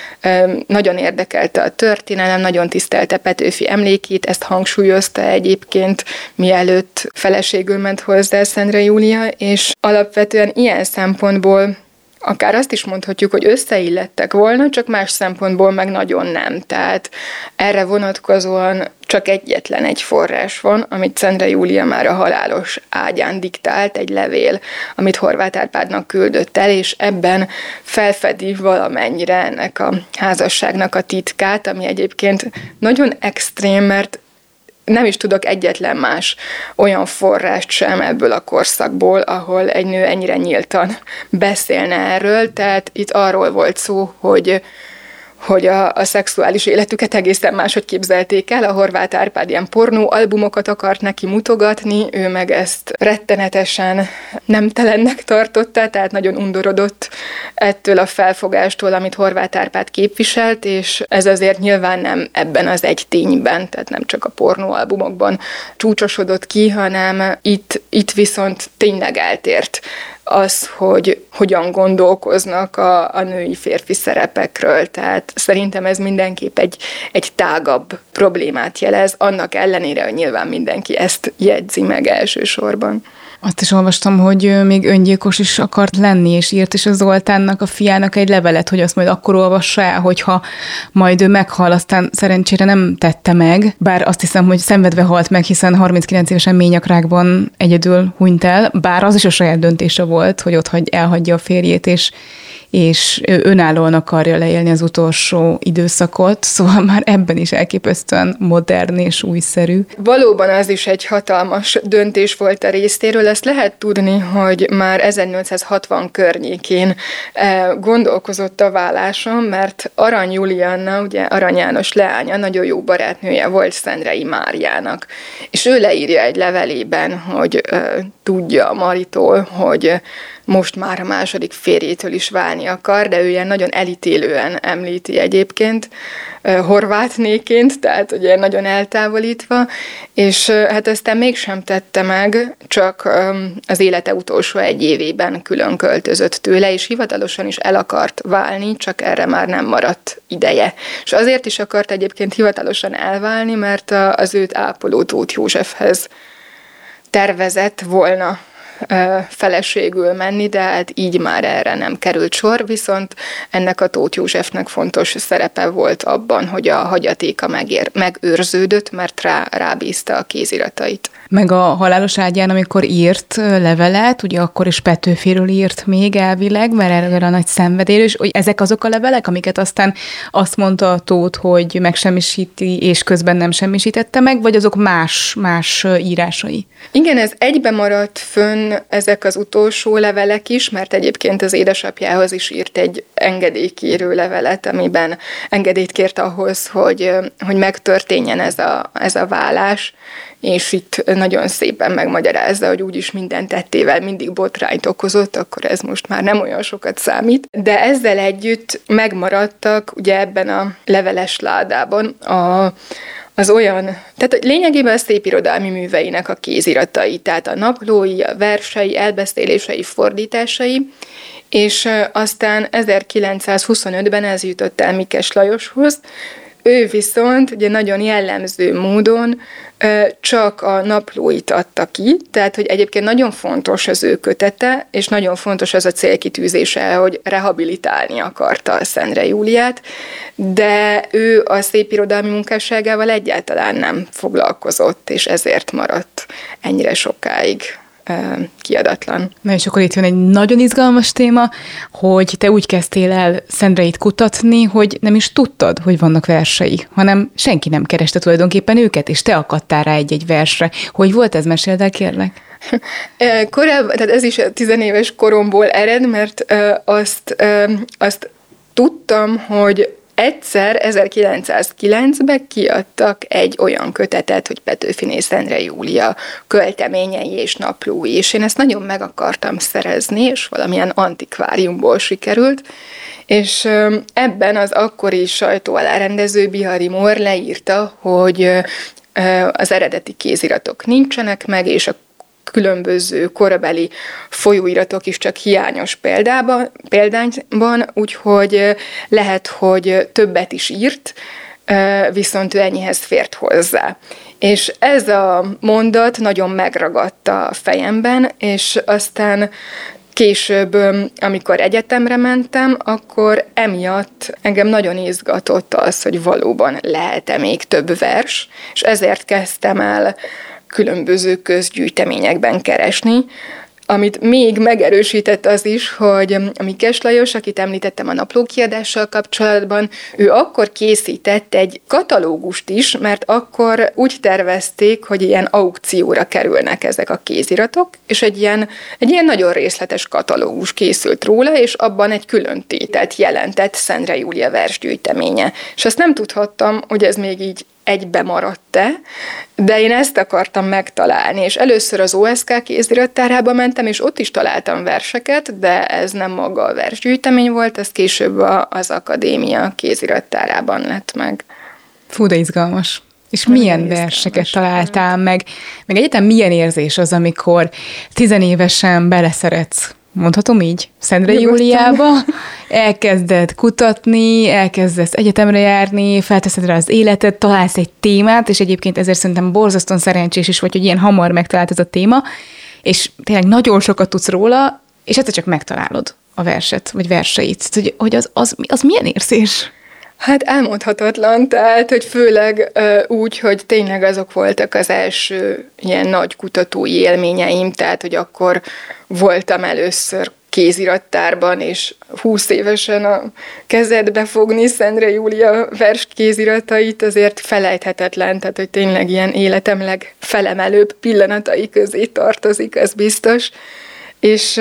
nagyon érdekelte a történelem, nagyon tisztelte Petőfi emlékét, ezt hangsúlyozta egyébként, mielőtt feleségül ment hozzá Szendre Júlia, és alapvetően ilyen szempontból akár azt is mondhatjuk, hogy összeillettek volna, csak más szempontból meg nagyon nem. Tehát erre vonatkozóan csak egyetlen egy forrás van, amit Szendre Júlia már a halálos ágyán diktált, egy levél, amit Horváth Árpádnak küldött el, és ebben felfedi valamennyire ennek a házasságnak a titkát, ami egyébként nagyon extrém, mert nem is tudok egyetlen más olyan forrást sem ebből a korszakból, ahol egy nő ennyire nyíltan beszélne erről, tehát itt arról volt szó, hogy a szexuális életüket egészen máshogy képzelték el. A Horváth Árpád ilyen pornó albumokat akart neki mutogatni, ő meg ezt rettenetesen nemtelennek tartotta, tehát nagyon undorodott ettől a felfogástól, amit Horváth Árpád képviselt, és ez azért nyilván nem ebben az egy tényben, tehát nem csak a pornóalbumokban csúcsosodott ki, hanem itt viszont tényleg eltért az, hogy hogyan gondolkoznak a női-férfi szerepekről. Tehát szerintem ez mindenképp egy tágabb problémát jelez, annak ellenére, hogy nyilván mindenki ezt jegyzi meg elsősorban. Azt is olvastam, hogy még öngyilkos is akart lenni, és írt is a Zoltánnak, a fiának egy levelet, hogy azt majd akkor olvassa el, hogyha majd ő meghal, aztán szerencsére nem tette meg, bár azt hiszem, hogy szenvedve halt meg, hiszen 39 évesen ményakrákban egyedül hunyt el, bár az is a saját döntése volt, hogy ott elhagyja a férjét, és önállóan akarja leélni az utolsó időszakot, szóval már ebben is elképesztően modern és újszerű. Valóban az is egy hatalmas döntés volt a részéről, ezt lehet tudni, hogy már 1860 környékén gondolkozott a váláson, mert Arany Julianna, ugye Arany János leánya, nagyon jó barátnője volt Szendrei Máriának, és ő leírja egy levelében, hogy tudja Maritól, hogy most már a második férjétől is válni akar, de ő ilyen nagyon elítélően említi egyébként, horvátnéként, tehát ugye nagyon eltávolítva, és hát aztán mégsem tette meg, csak az élete utolsó egy évében külön költözött tőle, és hivatalosan is el akart válni, csak erre már nem maradt ideje. És azért is akart egyébként hivatalosan elválni, mert az őt ápoló Tóth Józsefhez tervezett volna feleségül menni, de hát így már erre nem került sor, viszont ennek a Tóth Józsefnek fontos szerepe volt abban, hogy a hagyatéka megőrződött, mert rábízta a kéziratait. Meg a halálos ágyán, amikor írt levelet, ugye akkor is Petőfiről írt még elvileg, mert erre a nagy szenvedélyről, és hogy ezek azok a levelek, amiket aztán azt mondta a Tóth, hogy megsemmisíti, és közben nem semmisítette meg, vagy azok más írásai? Igen, ez egybe maradt fönn ezek az utolsó levelek is, mert egyébként az édesapjához is írt egy engedélykérő levelet, amiben engedélyt kért ahhoz, hogy megtörténjen ez a válás, és itt nagyon szépen megmagyarázza, hogy úgyis minden tettével mindig botrányt okozott, akkor ez most már nem olyan sokat számít. De ezzel együtt megmaradtak ugye ebben a leveles ládában az olyan, tehát lényegében a szépirodalmi műveinek a kéziratai, tehát a naplói, a versei, elbeszélései, fordításai, és aztán 1925-ben ez jutott el Mikes Lajoshoz. Ő viszont ugye nagyon jellemző módon csak a naplóit adta ki, tehát hogy egyébként nagyon fontos az ő kötete, és nagyon fontos az a célkitűzése, hogy rehabilitálni akarta a Szendre Júliát, de ő a szépirodalmi munkásságával egyáltalán nem foglalkozott, és ezért maradt ennyire sokáig kiadatlan. Na és akkor itt van egy nagyon izgalmas téma, hogy te úgy kezdtél el Szendreit kutatni, hogy nem is tudtad, hogy vannak versei, hanem senki nem kereste tulajdonképpen őket, és te akadtál rá egy versre. Hogy volt ez? Meséld el, kérlek. Korábban, tehát ez is a 10 éves koromból ered, mert azt tudtam, hogy egyszer 1909-ben kiadtak egy olyan kötetet, hogy Petőfiné Szendre Júlia költeményei és naplói, és én ezt nagyon meg akartam szerezni, és valamilyen antikváriumból sikerült, és ebben az akkori sajtóalárendező Bihari Mór leírta, hogy az eredeti kéziratok nincsenek meg, és a különböző korabeli folyóiratok is csak hiányos példányban, úgyhogy lehet, hogy többet is írt, viszont ő ennyihez fért hozzá. És ez a mondat nagyon megragadta a fejemben, és aztán később, amikor egyetemre mentem, akkor emiatt engem nagyon izgatott az, hogy valóban lehet-e még több vers, és ezért kezdtem el különböző közgyűjteményekben keresni, amit még megerősített az is, hogy a Mikes Lajos, akit említettem a naplókiadással kapcsolatban, ő akkor készített egy katalógust is, mert akkor úgy tervezték, hogy ilyen aukcióra kerülnek ezek a kéziratok, és egy ilyen nagyon részletes katalógus készült róla, és abban egy külön tételt jelentett Szendre Júlia versgyűjteménye. És azt nem tudhattam, hogy ez még így egybe maradt-e, de én ezt akartam megtalálni, és először az OSK kézirattárába mentem, és ott is találtam verseket, de ez nem maga a versgyűjtemény volt, ez később az akadémia kézirattárában lett meg. Fú, de izgalmas. És milyen verseket találtál meg egyetem milyen érzés az, amikor 10 évesen beleszeretsz, mondhatom így, Szendre Júliába, elkezded kutatni, elkezdesz egyetemre járni, felteszed rá az életed, találsz egy témát, és egyébként ezért szerintem borzasztóan szerencsés is vagy, hogy ilyen hamar megtalált ez a téma, és tényleg nagyon sokat tudsz róla, és egyszer csak megtalálod a verset, vagy verseit. Hogy az milyen érzés? Hát elmondhatatlan, tehát, hogy főleg úgy, hogy tényleg azok voltak az első ilyen nagy kutatói élményeim, tehát, hogy akkor voltam először kézirattárban, és 20 évesen a kezedbe fogni Szendre Júlia vers kéziratait azért felejthetetlen, tehát, hogy tényleg ilyen életem legfelemelőbb pillanatai közé tartozik, az biztos. És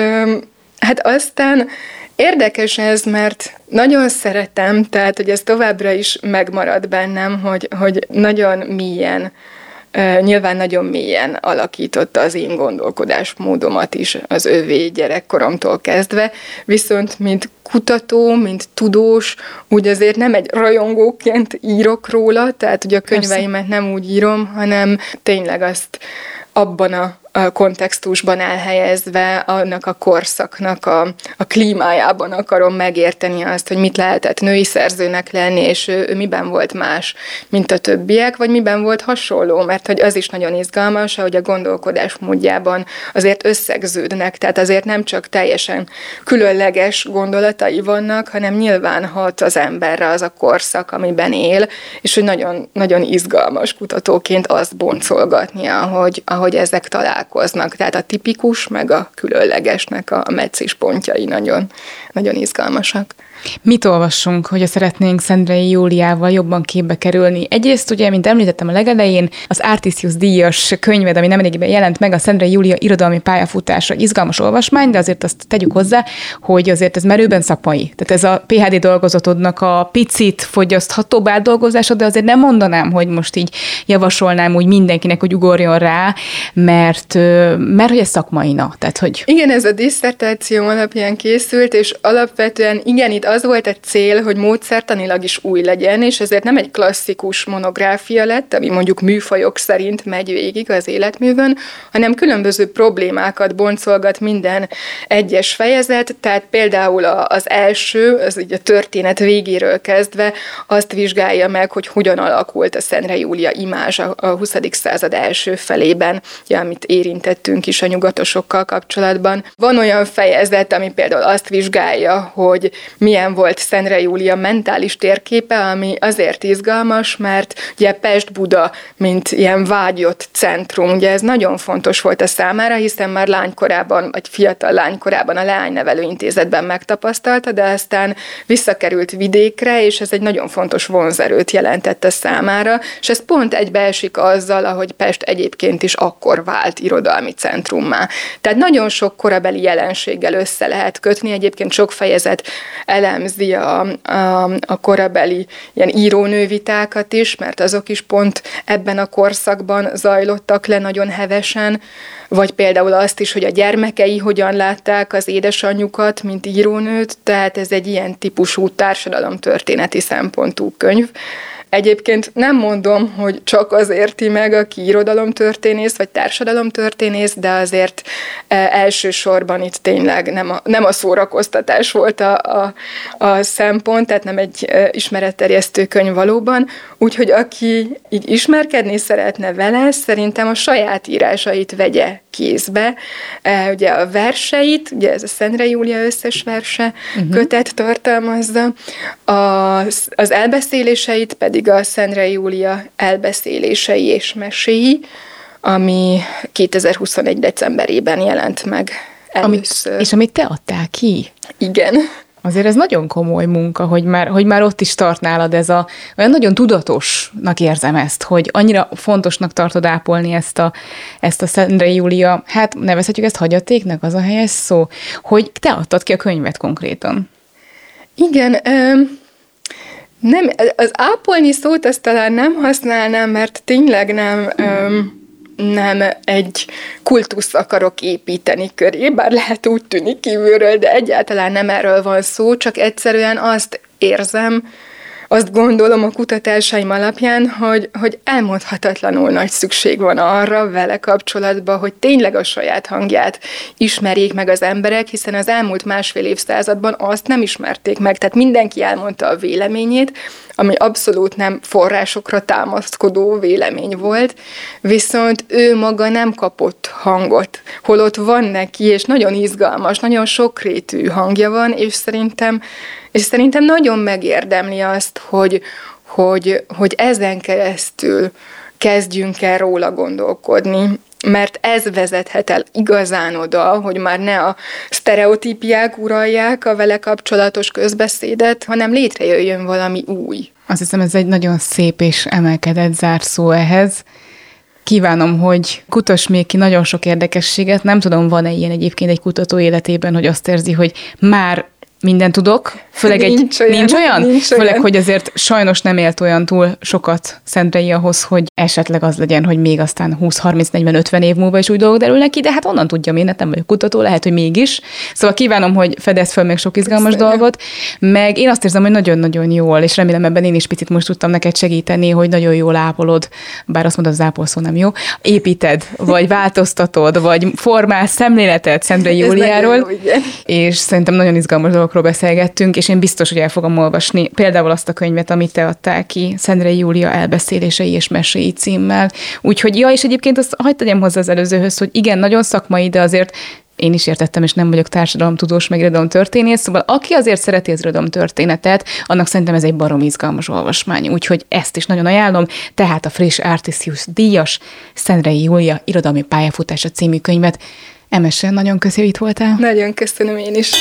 hát aztán érdekes ez, mert nagyon szeretem, tehát, hogy ez továbbra is megmarad bennem, hogy nagyon mélyen, nyilván nagyon mélyen alakította az én gondolkodásmódomat is az övé gyerekkoromtól kezdve, viszont mint kutató, mint tudós, úgy azért nem egy rajongóként írok róla, tehát hogy a könyveimet nem úgy írom, hanem tényleg azt abban a kontextusban elhelyezve, annak a korszaknak a klímájában akarom megérteni azt, hogy mit lehetett női szerzőnek lenni, és ő miben volt más, mint a többiek, vagy miben volt hasonló, mert hogy az is nagyon izgalmas, hogy a gondolkodásmódjában azért összegződnek, tehát azért nem csak teljesen különleges gondolatai vannak, hanem nyilván hat az emberre az a korszak, amiben él, és hogy nagyon, nagyon izgalmas kutatóként azt boncolgatnia, ahogy ezek találkoznak. Tehát a tipikus, meg a különlegesnek a meccés pontjai nagyon, nagyon izgalmasak. Mit olvassunk, hogyha szeretnénk Szendrei Júliával jobban képbe kerülni? Egyrészt ugye, mint említettem a legelején, az Artisius díjas könyved, ami nemrégiben jelent meg, a Szendrei Júlia irodalmi pályafutása, izgalmas olvasmány, de azért azt tegyük hozzá, hogy azért ez merőben szakmai. Tehát ez a PhD dolgozatodnak a picit fogyaszthatóbb átdolgozása, de azért nem mondanám, hogy most így javasolnám úgy mindenkinek, hogy ugorjon rá, mert hogy ez szakmai, tehát hogy... Igen, ez a disszertáció alapján készült, és alapvetően igen, itt az volt egy cél, hogy módszertanilag is új legyen, és ezért nem egy klasszikus monográfia lett, ami mondjuk műfajok szerint megy végig az életművön, hanem különböző problémákat boncolgat minden egyes fejezet, tehát például az első, az így a történet végéről kezdve azt vizsgálja meg, hogy hogyan alakult a Szendre Júlia imázs a 20. század első felében, ugye, amit érintettünk is a nyugatosokkal kapcsolatban. Van olyan fejezet, ami például azt vizsgálja, hogy milyen volt Szendre Júlia mentális térképe, ami azért izgalmas, mert ugye Pest-Buda, mint ilyen vágyott centrum, ugye ez nagyon fontos volt a számára, hiszen már lánykorában, vagy fiatal lánykorában a Leánynevelő Intézetben megtapasztalta, de aztán visszakerült vidékre, és ez egy nagyon fontos vonzerőt jelentett a számára, és ez pont egybeesik azzal, ahogy Pest egyébként is akkor vált irodalmi centrummá. Tehát nagyon sok korabeli jelenséggel össze lehet kötni, egyébként sok fejezet elemzi a korabeli ilyen írónővitákat is, mert azok is pont ebben a korszakban zajlottak le nagyon hevesen, vagy például azt is, hogy a gyermekei hogyan látták az édesanyjukat, mint írónőt, tehát ez egy ilyen típusú társadalomtörténeti szempontú könyv. Egyébként nem mondom, hogy csak az érti meg, aki irodalomtörténész vagy társadalomtörténész, de azért elsősorban itt tényleg nem a szórakoztatás volt a szempont, tehát nem egy ismeretterjesztő könyv valóban. Úgyhogy aki így ismerkedni szeretne vele, szerintem a saját írásait vegye kézbe. Ugye a verseit, ugye ez a Szendre Júlia összes verse kötet tartalmazza, az elbeszéléseit pedig a Szendre Júlia elbeszélései és meséi, ami 2021. decemberében jelent meg először. És amit te adtál ki? Igen. Azért ez nagyon komoly munka, hogy már ott is tart nálad olyan nagyon tudatosnak érzem ezt, hogy annyira fontosnak tartod ápolni ezt a Szendre Júlia, hát nevezhetjük ezt hagyatéknak, az a helyes szó, hogy te adtad ki a könyvet konkrétan. Igen, Nem, az ápolni szót azt talán nem használnám, mert tényleg nem egy kultuszt akarok építeni köré, bár lehet úgy tűnik kívülről, de egyáltalán nem erről van szó, csak egyszerűen azt érzem, azt gondolom a kutatásaim alapján, hogy elmondhatatlanul nagy szükség van arra vele kapcsolatban, hogy tényleg a saját hangját ismerjék meg az emberek, hiszen az elmúlt 1,5 évszázadban azt nem ismerték meg, tehát mindenki elmondta a véleményét, ami abszolút nem forrásokra támaszkodó vélemény volt, viszont ő maga nem kapott hangot, holott van neki, és nagyon izgalmas, nagyon sokrétű hangja van, és szerintem nagyon megérdemli azt, hogy ezen keresztül kezdjünk el róla gondolkodni, mert ez vezethet el igazán oda, hogy már ne a sztereotípiák uralják a vele kapcsolatos közbeszédet, hanem létrejöjjön valami új. Azt hiszem, ez egy nagyon szép és emelkedett zárszó ehhez. Kívánom, hogy kutass még ki nagyon sok érdekességet. Nem tudom, van-e ilyen egyébként egy kutató életében, hogy azt érzi, hogy már mindent tudok, főleg nincs olyan? Főleg, hogy azért sajnos nem élt olyan túl sokat Szendrei ahhoz, hogy esetleg az legyen, hogy még aztán 20, 30, 40, 50 év múlva is új dolgok derülnek ki, de hát onnan tudjam én, nem vagyok kutató, lehet, hogy mégis. Szóval kívánom, hogy fedezz fel még sok izgalmas dolgot, meg én azt érzem, hogy nagyon-nagyon jól, és remélem ebben én is picit most tudtam neked segíteni, hogy nagyon jól ápolod, bár azt mondod, az ápolszó nem jó, építed, vagy változtatod, vagy formálsz szemléletet Szendrei Júliáról, és szerintem nagyon izgalmas dolgokról beszélgettünk, és én biztos, hogy el fogom olvasni például azt a könyvet, amit te adtál ki, Szendrei Júlia elbeszélései és meséi címmel. Úgyhogy, és egyébként azt hagyd tegyem hozzá az előzőhöz, hogy igen, nagyon szakmai, de azért én is értettem, és nem vagyok társadalomtudós, meg irodalomtörténész, szóval aki azért szereti az irodalomtörténetet, annak szerintem ez egy baromi izgalmas olvasmány, úgyhogy ezt is nagyon ajánlom, tehát a Friss Artisius díjas Szendrei Júlia irodalmi pályafutása című könyvet. Emese, nagyon köszi, hogy itt voltál. Nagyon köszönöm én is.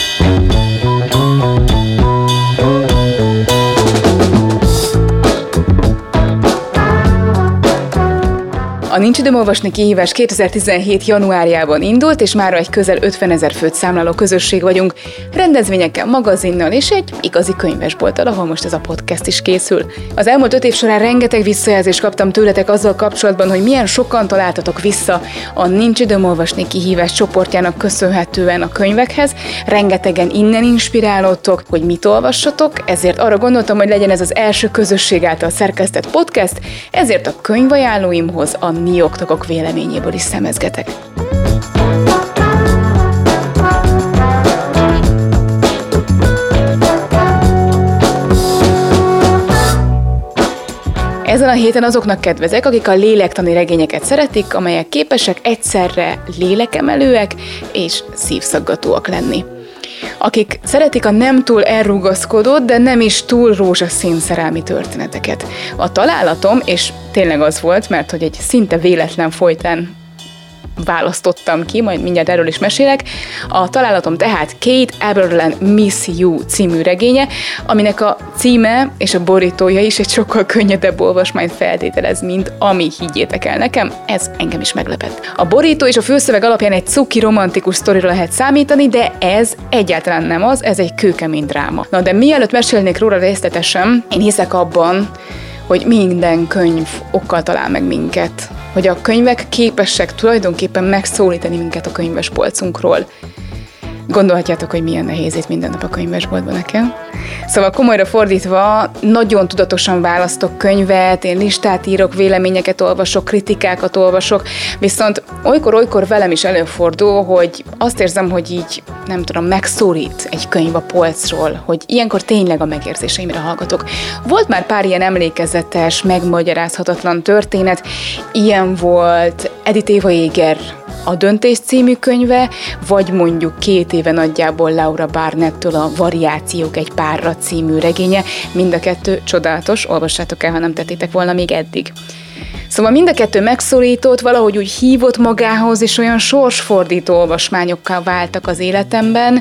A Nincs időm olvasni kihívás 2017. januárjában indult, és mára egy közel 50 000 főt számláló közösség vagyunk, rendezvényekkel, magazinnal és egy igazi könyvesbolttal, ahol most ez a podcast is készül. Az elmúlt 5 év során rengeteg visszajelzést kaptam tőletek azzal kapcsolatban, hogy milyen sokan találtatok vissza a Nincs időm olvasni kihívás csoportjának köszönhetően a könyvekhez, rengetegen innen inspirálódtok, hogy mit olvassatok, ezért arra gondoltam, hogy legyen ez az első közösség által szerkesztett podcast, ezért a könyvajánlóimhoz a Niok véleményéből is szemezgetek. Ezen a héten azoknak kedvezek, akik a lélektani regényeket szeretik, amelyek képesek egyszerre lélekemelőek és szívszaggatóak lenni. Akik szeretik a nem túl elrugaszkodott, de nem is túl rózsaszín szerelmi történeteket. A találatom, és tényleg az volt, mert hogy egy szinte véletlen folytán választottam ki, majd mindjárt erről is mesélek. A találatom tehát Kate Aberland Miss You című regénye, aminek a címe és a borítója is egy sokkal könnyedebb olvasmányt feltételez, mint ami, higgyétek el nekem, ez engem is meglepett. A borító és a főszöveg alapján egy cuki romantikus sztorira lehet számítani, de ez egyáltalán nem az, ez egy kőkemény dráma. Na de mielőtt mesélnék róla részletesen, én hiszek abban, hogy minden könyv okkal talál meg minket, hogy a könyvek képesek tulajdonképpen megszólítani minket a könyvespolcunkról. Gondolhatjátok, hogy milyen nehéz itt minden nap a könyvesboltban nekem. Szóval komolyra fordítva, nagyon tudatosan választok könyvet, én listát írok, véleményeket olvasok, kritikákat olvasok, viszont olykor velem is előfordul, hogy azt érzem, hogy így, nem tudom, megszólít egy könyv a polcról, hogy ilyenkor tényleg a megérzéseimre hallgatok. Volt már pár ilyen emlékezetes, megmagyarázhatatlan történet, ilyen volt Edith Eva Eger A Döntés című könyve, vagy mondjuk 2 éve nagyjából Laura Barnett-től a Variációk egy párra című regénye, mind a kettő csodálatos, olvassátok el, ha nem tettétek volna még eddig. Szóval mind a kettő megszólított, valahogy úgy hívott magához, és olyan sorsfordító olvasmányokkal váltak az életemben,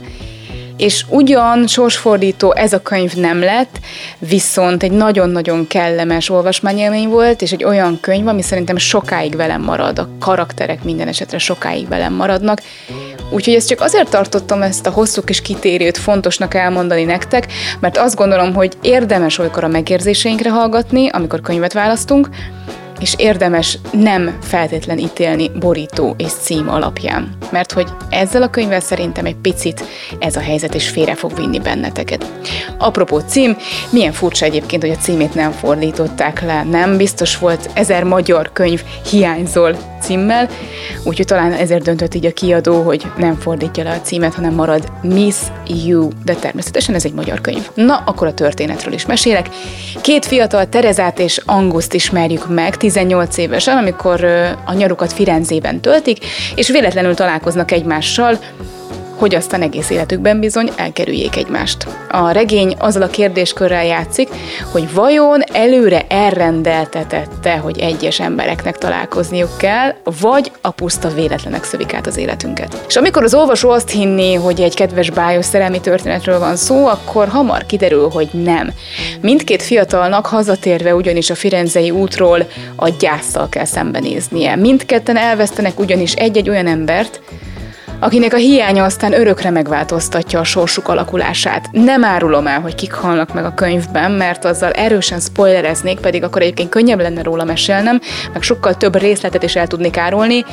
és ugyan sorsfordító ez a könyv nem lett, viszont egy nagyon-nagyon kellemes olvasmányélmény volt, és egy olyan könyv, ami szerintem sokáig velem marad, a karakterek minden esetre sokáig velem maradnak, Úgyhogy ezt csak azért tartottam ezt a hosszú kis kitérőt fontosnak elmondani nektek, mert azt gondolom, hogy érdemes olykor a megérzéseinkre hallgatni, amikor könyvet választunk, és érdemes nem feltétlen ítélni borító és cím alapján. Mert hogy ezzel a könyvvel szerintem egy picit ez a helyzet is félre fog vinni benneteket. Apropó cím, milyen furcsa egyébként, hogy a címét nem fordították le. Nem biztos volt 1000 magyar könyv hiányzol címmel, úgyhogy talán ezért döntött így a kiadó, hogy nem fordítja le a címet, hanem marad Miss You, de természetesen ez egy magyar könyv. Na, akkor a történetről is mesélek. 2 fiatal, Terezát és Anguszt ismerjük meg 18 évesen, amikor a nyarukat Firenzében töltik, és véletlenül találkoznak egymással, hogy aztán egész életükben bizony elkerüljék egymást. A regény azzal a kérdéskörrel játszik, hogy vajon előre elrendeltetette, hogy egyes embereknek találkozniuk kell, vagy a puszta véletlenek szövik át az életünket. És amikor az olvasó azt hinné, hogy egy kedves bájos szerelmi történetről van szó, akkor hamar kiderül, hogy nem. Mindkét fiatalnak hazatérve ugyanis a firenzei útról a gyásszal kell szembenéznie. Mindketten elvesztenek ugyanis egy-egy olyan embert, akinek a hiánya aztán örökre megváltoztatja a sorsuk alakulását. Nem árulom el, hogy kik halnak meg a könyvben, mert azzal erősen spoilereznék, pedig akkor egyébként könnyebb lenne róla mesélnem, meg sokkal több részletet is el tudnék árulni,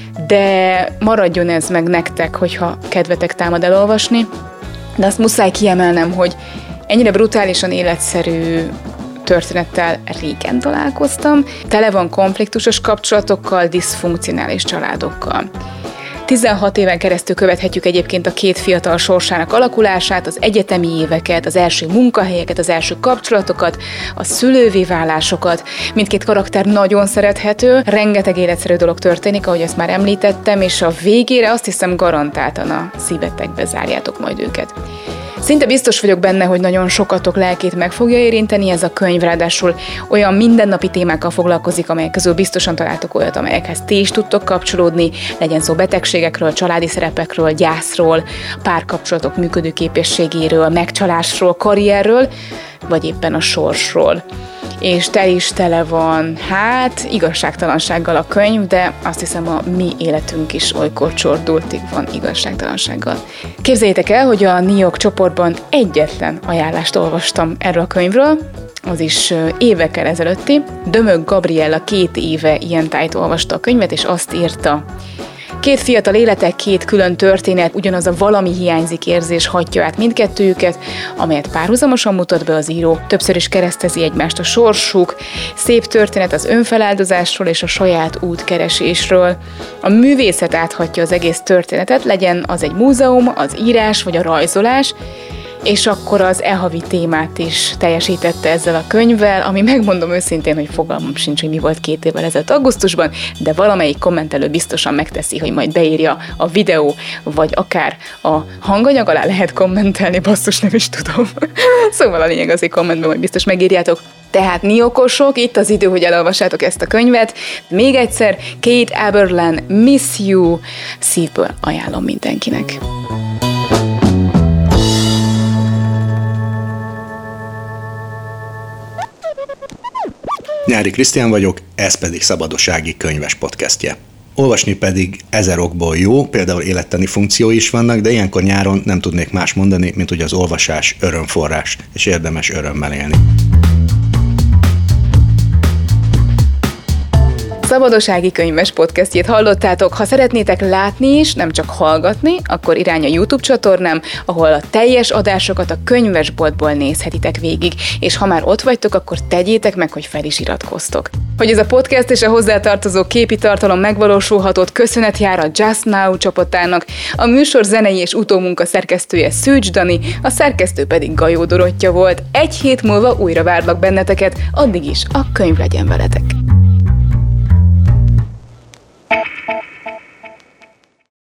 de maradjon ez meg nektek, hogyha kedvetek támad elolvasni. De azt muszáj kiemelnem, hogy ennyire brutálisan életszerű történettel régen találkoztam, tele van konfliktusos kapcsolatokkal, diszfunkcionális családokkal. 16 éven keresztül követhetjük egyébként a 2 fiatal sorsának alakulását, az egyetemi éveket, az első munkahelyeket, az első kapcsolatokat, a szülővé válásokat. Mindkét karakter nagyon szerethető, rengeteg életszerű dolog történik, ahogy ezt már említettem, és a végére azt hiszem garantáltan a szívetekbe zárjátok majd őket. Szinte biztos vagyok benne, hogy nagyon sokatok lelkét meg fogja érinteni ez a könyv, ráadásul olyan mindennapi témákkal foglalkozik, amelyek közül biztosan találtok olyat, amelyekhez ti is tudtok kapcsolódni, legyen szó betegségekről, családi szerepekről, gyászról, párkapcsolatok működőképességéről, megcsalásról, karrierről, vagy éppen a sorsról. És tele van, igazságtalansággal a könyv, de azt hiszem a mi életünk is olykor csordultig van igazságtalansággal. Képzeljétek el, hogy a NIOK csoportban egyetlen ajánlást olvastam erről a könyvről, az is évekkel ezelőtti. Dömög Gabriella 2 éve ilyen tájt olvasta a könyvet, és azt írta: 2 fiatal élete, 2 külön történet, ugyanaz a valami hiányzik érzés hatja át mindkettőjüket, amelyet párhuzamosan mutat be az író. Többször is keresztezi egymást a sorsuk, szép történet az önfeláldozásról és a saját útkeresésről. A művészet áthatja az egész történetet, legyen az egy múzeum, az írás vagy a rajzolás, és akkor az e-havi témát is teljesítette ezzel a könyvvel, ami megmondom őszintén, hogy fogalmam sincs, hogy mi volt 2 évvel ezelőtt augusztusban, de valamelyik kommentelő biztosan megteszi, hogy majd beírja a videó, vagy akár a hanganyag alá lehet kommentelni, basszus, nem is tudom. Szóval a lényeg az, hogy kommentben majd biztos megírjátok. Tehát niokosok, itt az idő, hogy elolvassátok ezt a könyvet. Még egyszer, Kate Aberlin, Miss You, szívből ajánlom mindenkinek. Nyári Krisztián vagyok, ez pedig Szabados Ági könyves podcastje. Olvasni pedig 1000 okból jó, például élettani funkciói is vannak, de ilyenkor nyáron nem tudnék más mondani, mint hogy az olvasás örömforrás, és érdemes örömmel élni. Szabados Ági könyves podcastjét hallottátok. Ha szeretnétek látni is, nem csak hallgatni, akkor irány a YouTube csatornám, ahol a teljes adásokat a könyvesboltból nézhetitek végig, és ha már ott vagytok, akkor tegyétek meg, hogy fel is iratkoztok. Hogy ez a podcast és a hozzátartozó képi tartalom megvalósulhatott, köszönet jár a Just Now csapatának, a műsor zenei és utómunka szerkesztője Szűcs Dani, a szerkesztő pedig Gajó Dorottya volt. 1 hét múlva újra várlak benneteket, addig is a könyv legyen veletek.